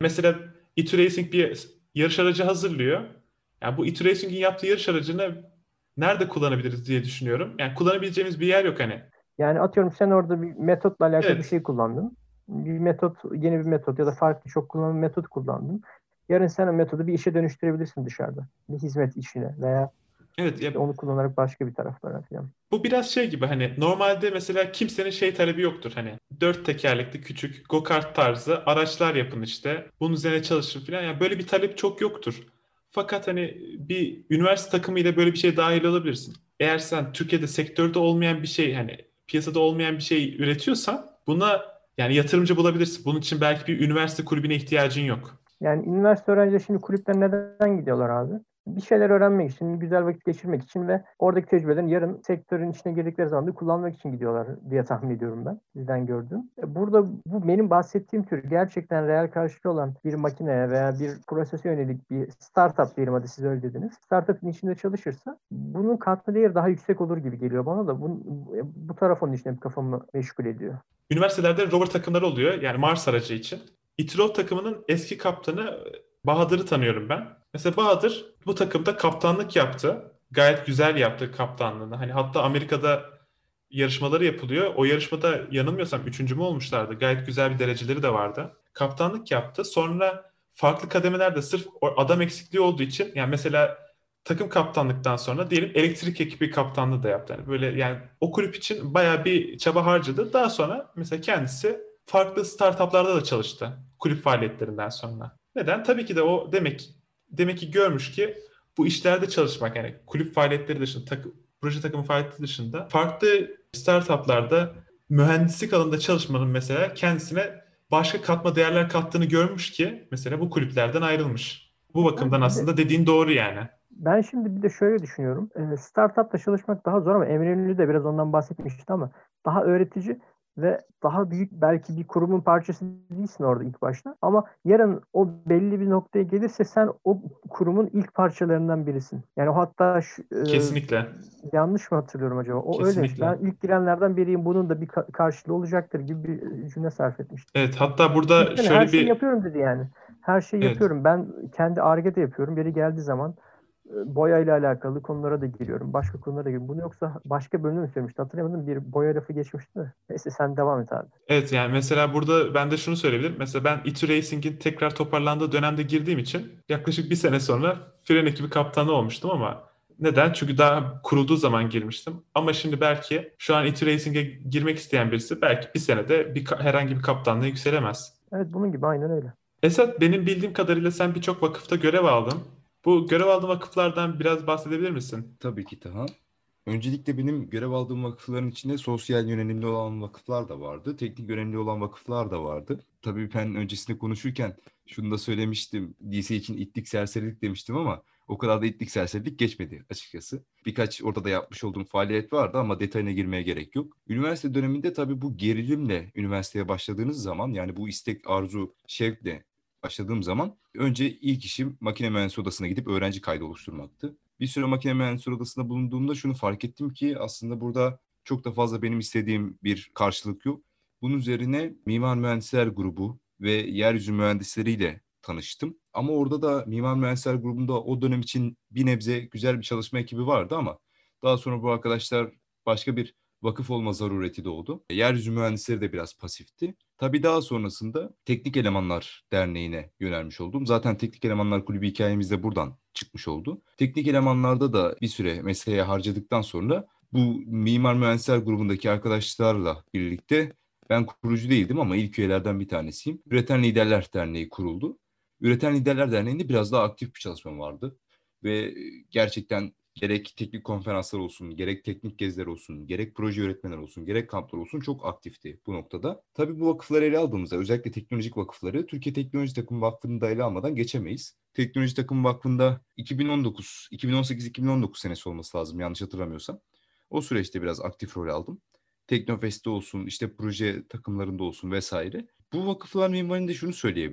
Mesela e-Racing bir yarış aracı hazırlıyor. Yani bu e-Racing'in yaptığı yarış aracını nerede kullanabiliriz diye düşünüyorum. Yani kullanabileceğimiz bir yer yok hani. Yani atıyorum sen orada bir metotla alakalı bir Evet. şey kullandın. Bir metot, yeni bir metot ya da farklı çok kullanılan bir metot kullandın. Yarın sen o metodu bir işe dönüştürebilirsin dışarıda. Bir hizmet işine veya Evet ya, işte onu kullanarak başka bir taraflara falan. bu biraz şey gibi, hani normalde mesela kimsenin şey talebi yoktur, hani dört tekerlekli küçük go-kart tarzı araçlar yapın işte bunun üzerine çalışın falan, yani böyle bir talep çok yoktur. Fakat hani bir üniversite takımıyla böyle bir şey dahil olabilirsin. Eğer sen Türkiye'de sektörde olmayan bir şey, hani piyasada olmayan bir şey üretiyorsan buna yani yatırımcı bulabilirsin. Bunun için belki bir üniversite kulübüne ihtiyacın yok. Yani üniversite öğrencileri şimdi kulüpten neden gidiyorlar abi? Bir şeyler öğrenmek için, güzel vakit geçirmek için ve oradaki tecrübelerini yarın sektörün içine girdikleri zaman da kullanmak için gidiyorlar diye tahmin ediyorum ben. Bizden gördüğüm. Burada bu benim bahsettiğim tür gerçekten reel karşılığı olan bir makineye veya bir prosese yönelik bir startup diyelim, hadi siz öyle dediniz. Startup'ın içinde çalışırsa bunun katma değeri daha yüksek olur gibi geliyor bana da. Bu taraf onun için hep kafamı meşgul ediyor. Üniversitelerde rover takımları oluyor. Yani Mars aracı için. İtirol takımının eski kaptanı Bahadır'ı tanıyorum ben. Mesela Bahadır bu takımda kaptanlık yaptı. Gayet güzel yaptı kaptanlığını. Hani hatta Amerika'da yarışmaları yapılıyor. O yarışmada yanılmıyorsam üçüncü mü olmuşlardı. Gayet güzel bir dereceleri de vardı. Kaptanlık yaptı. Sonra farklı kademelerde sırf adam eksikliği olduğu için, yani mesela takım kaptanlıktan sonra diyelim elektrik ekibi kaptanlığı da yaptı. Yani böyle, yani o kulüp için bayağı bir çaba harcadı. Daha sonra mesela kendisi farklı startuplarda da çalıştı kulüp faaliyetlerinden sonra. Neden? Tabii ki de o demek ki görmüş ki bu işlerde çalışmak, yani kulüp faaliyetleri dışında, proje takımı faaliyeti dışında farklı startuplarda mühendislik alanında çalışmanın mesela kendisine başka katma değerler kattığını görmüş ki mesela bu kulüplerden ayrılmış. Bu bakımdan Bir de aslında dediğin doğru yani. ben şimdi bir de şöyle düşünüyorum. Startup'ta çalışmak daha zor ama Emre Ünlü de biraz ondan bahsetmişti ama daha öğretici ve daha büyük, belki bir kurumun parçası değilsin orada ilk başta. Ama yarın o belli bir noktaya gelirse sen o kurumun ilk parçalarından birisin. Yani o hatta Kesinlikle. yanlış mı hatırlıyorum acaba? O öyle. Kesinlikle. Ben ilk girenlerden biriyim. Bunun da bir karşılığı olacaktır gibi bir cümle sarf etmiştim. Evet, hatta burada Düşünsene, her şöyle şeyi bir, yapıyorum dedi yani. Her şeyi evet. yapıyorum. Ben kendi Ar-Ge de yapıyorum. Biri geldiği zaman boyayla alakalı konulara da giriyorum. Başka konulara da giriyorum. Bunu yoksa başka bölümde mi söylemişti? Hatırlayamadım. Bir boya lafı geçmişti de. Neyse sen devam et abi. Evet, yani mesela burada ben de şunu söyleyebilirim. Mesela ben E2 Racing'in tekrar toparlandığı dönemde girdiğim için yaklaşık bir sene sonra fren ekibi kaptanı olmuştum ama neden? Çünkü daha kurulduğu zaman girmiştim. Ama şimdi belki şu an E2 Racing'e girmek isteyen birisi belki bir senede herhangi bir kaptanlığa yükselemez. Evet, bunun gibi aynen öyle. Esat, benim bildiğim kadarıyla sen birçok vakıfta görev aldın. Bu görev aldığın vakıflardan biraz bahsedebilir misin? Tabii ki Taha. Öncelikle benim görev aldığım vakıfların içinde sosyal yönelimli olan vakıflar da vardı. Teknik yönelimli olan vakıflar da vardı. Tabii ben öncesinde konuşurken şunu da söylemiştim. Lise için itlik serserilik demiştim ama o kadar da itlik serserilik geçmedi açıkçası. Birkaç orada da yapmış olduğum faaliyet vardı ama detayına girmeye gerek yok. Üniversite döneminde tabii bu gerilimle üniversiteye başladığınız zaman, yani bu istek, arzu, şevkle başladığım zaman önce ilk işim makine mühendisi odasına gidip öğrenci kaydı oluşturmaktı. Bir süre makine mühendisleri odasında bulunduğumda şunu fark ettim ki aslında burada çok da fazla benim istediğim bir karşılık yok. Bunun üzerine Mimar Mühendisler Grubu ve Yeryüzü Mühendisleriyle tanıştım. Ama orada da Mimar Mühendisler Grubu'nda o dönem için bir nebze güzel bir çalışma ekibi vardı ama daha sonra bu arkadaşlar başka bir vakıf olma zarureti doğdu. Yeryüzü Mühendisleri de biraz pasifti. Tabii daha sonrasında Teknik Elemanlar Derneği'ne yönelmiş oldum. Zaten Teknik Elemanlar Kulübü hikayemiz de buradan çıkmış oldu. Teknik elemanlarda da bir süre mesleğe harcadıktan sonra bu Mimar Mühendisler grubundaki arkadaşlarla birlikte, ben kurucu değildim ama ilk üyelerden bir tanesiyim, Üreten Liderler Derneği kuruldu. Üreten Liderler Derneği'nde biraz daha aktif bir çalışma vardı ve gerçekten gerek teknik konferanslar olsun, gerek teknik geziler olsun, gerek proje öğretmenler olsun, gerek kamplar olsun çok aktifti bu noktada. Tabii bu vakıfları ele aldığımızda, özellikle teknolojik vakıfları, Türkiye Teknoloji Takımı Vakfı'nı da ele almadan geçemeyiz. Teknoloji Takımı Vakfı'nda 2019, 2018-2019 senesi olması lazım yanlış hatırlamıyorsam. O süreçte biraz aktif rol aldım. Teknofest'te olsun, işte proje takımlarında olsun vesaire. Bu vakıflar minvalinde şunu söyleyebilirim.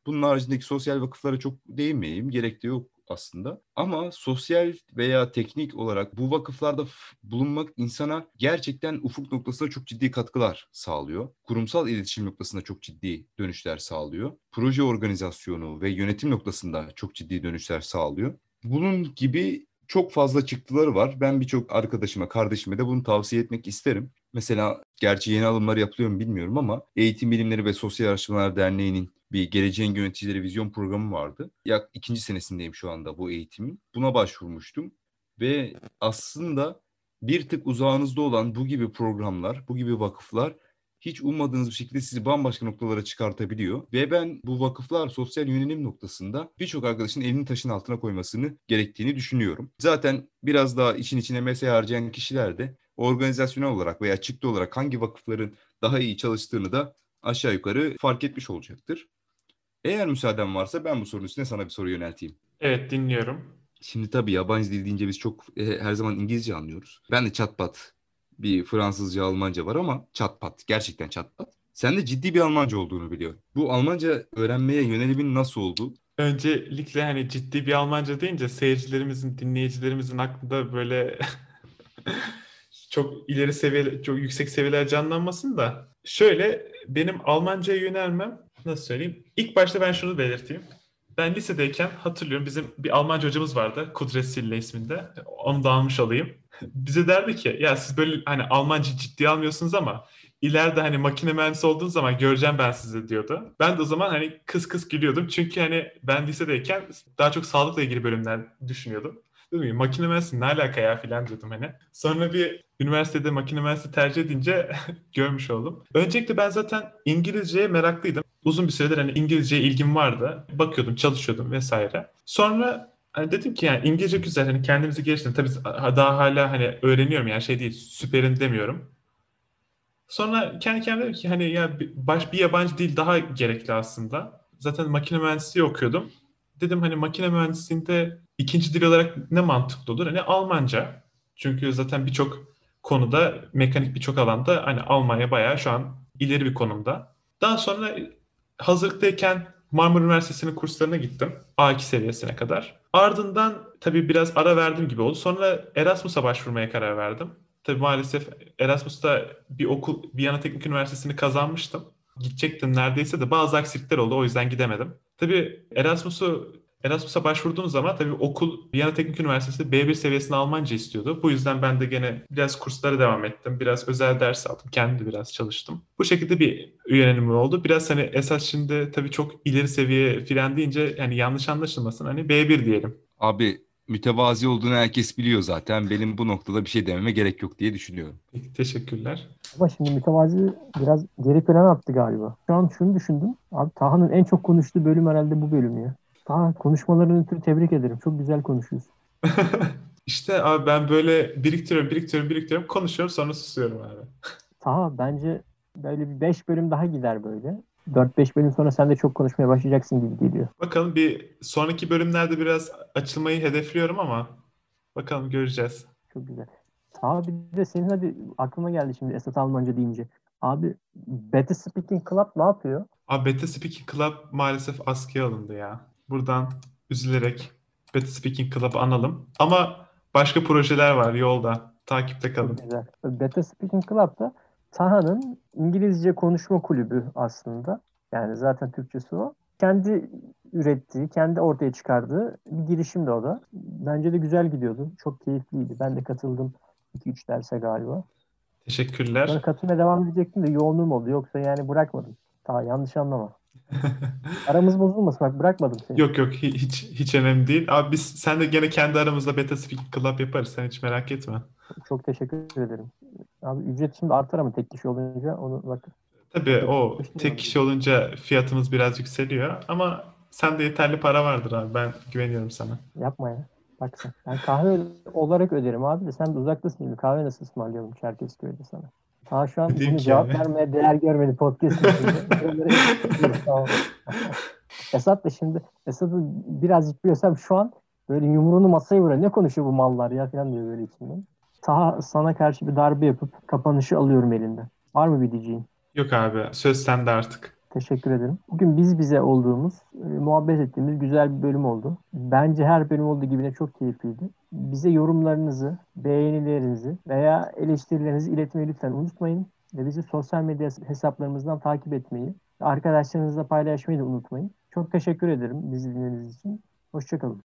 Bunun haricindeki sosyal vakıflara çok değinmeyeyim. Gerek de yok aslında. Ama sosyal veya teknik olarak bu vakıflarda bulunmak insana gerçekten ufuk noktasında çok ciddi katkılar sağlıyor. Kurumsal iletişim noktasında çok ciddi dönüşler sağlıyor. Proje organizasyonu ve yönetim noktasında çok ciddi dönüşler sağlıyor. Bunun gibi çok fazla çıktıları var. Ben birçok arkadaşıma, kardeşime de bunu tavsiye etmek isterim. Mesela gerçi yeni alımlar yapılıyor mu bilmiyorum ama Eğitim Bilimleri ve Sosyal Araştırmalar Derneği'nin bir Geleceğin Yöneticileri Vizyon programı vardı. Yak 2. senesindeyim şu anda bu eğitimin. Buna başvurmuştum ve aslında bir tık uzağınızda olan bu gibi programlar, bu gibi vakıflar hiç ummadığınız bir şekilde sizi bambaşka noktalara çıkartabiliyor. Ve ben bu vakıflar sosyal yönelim noktasında birçok arkadaşın elini taşın altına koymasını gerektiğini düşünüyorum. Zaten biraz daha işin içine mesai harcayan kişiler de organizasyonel olarak veya çıktı olarak hangi vakıfların daha iyi çalıştığını da aşağı yukarı fark etmiş olacaktır. Eğer müsaaden varsa ben bu sorunun üstüne sana bir soru yönelteyim. Evet, dinliyorum. Şimdi tabii yabancı dil deyince biz çok her zaman İngilizce anlıyoruz. Ben de çatpat bir Fransızca, Almanca var ama çatpat, gerçekten çatpat. Sen de ciddi bir Almanca olduğunu biliyorum. Bu Almanca öğrenmeye yönelimin nasıl oldu? Öncelikle hani ciddi bir Almanca deyince seyircilerimizin, dinleyicilerimizin aklında böyle çok ileri seviye, çok yüksek seviyeler canlanmasın da. Şöyle, benim Almanca'ya yönelmem, nasıl söyleyeyim? İlk başta ben şunu belirteyim. Ben lisedeyken hatırlıyorum, bizim bir Almanca hocamız vardı. Kudret Sille isminde. Onu da almış olayım. Bize derdi ki ya siz böyle hani Almanca ciddiye almıyorsunuz ama ileride hani makine mühendisi olduğunuz zaman göreceğim ben sizi diyordu. Ben de o zaman hani kıs kıs gülüyordum. Çünkü hani ben lisedeyken daha çok sağlıkla ilgili bölümler düşünüyordum. Dedim ki makine mühendisliği ne alaka ya filan diyordum hani. Sonra bir üniversitede makine mühendisliği tercih edince görmüş oldum. Öncelikle ben zaten İngilizceye meraklıydım. Uzun bir süredir hani İngilizceye ilgim vardı. Bakıyordum, çalışıyordum vesaire. Sonra hani dedim ki yani İngilizce güzel, hani kendimizi geliştirelim. Tabii daha hala hani öğreniyorum, yani şey değil, süperin demiyorum. Sonra kendi kendime dedim ki hani ya bir yabancı dil daha gerekli aslında. Zaten makine mühendisliği okuyordum. Dedim hani makine mühendisliğinde ikinci dil olarak ne mantıklı olur? Hani Almanca. Çünkü zaten birçok konuda, mekanik birçok alanda hani Almanya bayağı şu an ileri bir konumda. Daha sonra hazırlıktayken Marmara Üniversitesi'nin kurslarına gittim. A2 seviyesine kadar. Ardından tabii biraz ara verdim gibi oldu. Sonra Erasmus'a başvurmaya karar verdim. Tabii maalesef Erasmus'ta bir okul, Viyana Teknik Üniversitesi'ni kazanmıştım. Gidecektim neredeyse de bazı aksilikler oldu, o yüzden gidemedim. Tabii Erasmus'a başvurduğum zaman tabii okul Viyana Teknik Üniversitesi B1 seviyesinde Almanca istiyordu. Bu yüzden ben de gene biraz kurslara devam ettim. Biraz özel ders aldım. Kendim de biraz çalıştım. Bu şekilde bir yönelim oldu. Biraz hani esas şimdi tabii çok ileri seviye filan deyince yani yanlış anlaşılmasın, hani B1 diyelim. Abi mütevazi olduğunu herkes biliyor zaten. Benim bu noktada bir şey dememe gerek yok diye düşünüyorum. Peki, teşekkürler. Ama şimdi mütevazi biraz geri plana attı galiba. Şu an şunu düşündüm. Abi Taha'nın en çok konuştuğu bölüm herhalde bu bölüm ya. Taha, konuşmalarını ötürü tebrik ederim. Çok güzel konuşuyorsun. İşte abi ben böyle biriktiriyorum, konuşuyorum, sonra susuyorum abi. Taha bence böyle bir 5 bölüm daha gider böyle. 4-5 bölüm sonra sen de çok konuşmaya başlayacaksın gibi geliyor. Bakalım, bir sonraki bölümlerde biraz açılmayı hedefliyorum ama bakalım, göreceğiz. Çok güzel. Taha bir de senin hadi aklıma geldi şimdi Esat Almanca deyince. Abi Better Speaking Club ne yapıyor? Abi Beta Speaking Club maalesef askıya alındı ya. Buradan üzülerek Beta Speaking Club'ı analım. Ama başka projeler var yolda. Takipte Çok kalın. güzel. Better Speaking Club da Taha'nın İngilizce konuşma kulübü aslında. Yani zaten Türkçesi o. Kendi ürettiği, kendi ortaya çıkardığı bir girişimdi o da. Bence de güzel gidiyordu. Çok keyifliydi. Ben de katıldım 2-3 derse galiba. Sonra Teşekkürler. katılmaya devam edecektim de yoğunluğum oldu. Yoksa yani bırakmadım. Daha yanlış anlama. Aramız bozulmasın. Bak bırakmadım seni. Yok yok, hiç önemli değil. Abi biz sen de gene kendi aramızda Beta Speaking Club yaparız. Sen hiç merak etme. Çok teşekkür ederim. Abi ücret şimdi artar ama tek kişi olunca onu bak. Tabii o tek Yapıştırmadım. kişi olunca fiyatımız biraz yükseliyor ama sende yeterli para vardır abi. Ben güveniyorum sana. Yapma ya. Bak sen. Ben kahve olarak öderim abi de sen de uzaktasın şimdi. Kahve nasıl ısmarlayalım Çerkezköy'de sana? Daha şu an Diyeyim bunu ki cevap yani. vermeye değer görmedi podcast'ın içinde. Buraları yapıştırıyoruz, tamam. Esat da şimdi Esat'ı birazcık biliyorsam şu an böyle yumruğunu masaya vuruyor. Ne konuşuyor bu mallar ya falan diyor böyle içinden. Taha sana karşı bir darbe yapıp kapanışı alıyorum elinden. Var mı bir diyeceğin? Yok abi, söz sende artık. Teşekkür ederim. Bugün biz bize olduğumuz, muhabbet ettiğimiz güzel bir bölüm oldu. Bence her bölüm olduğu gibi de çok keyifliydi. Bize yorumlarınızı, beğenilerinizi veya eleştirilerinizi iletmeyi lütfen unutmayın. Ve bizi sosyal medya hesaplarımızdan takip etmeyi, arkadaşlarınızla paylaşmayı da unutmayın. Çok teşekkür ederim bizi dinlediğiniz için. Hoşça kalın.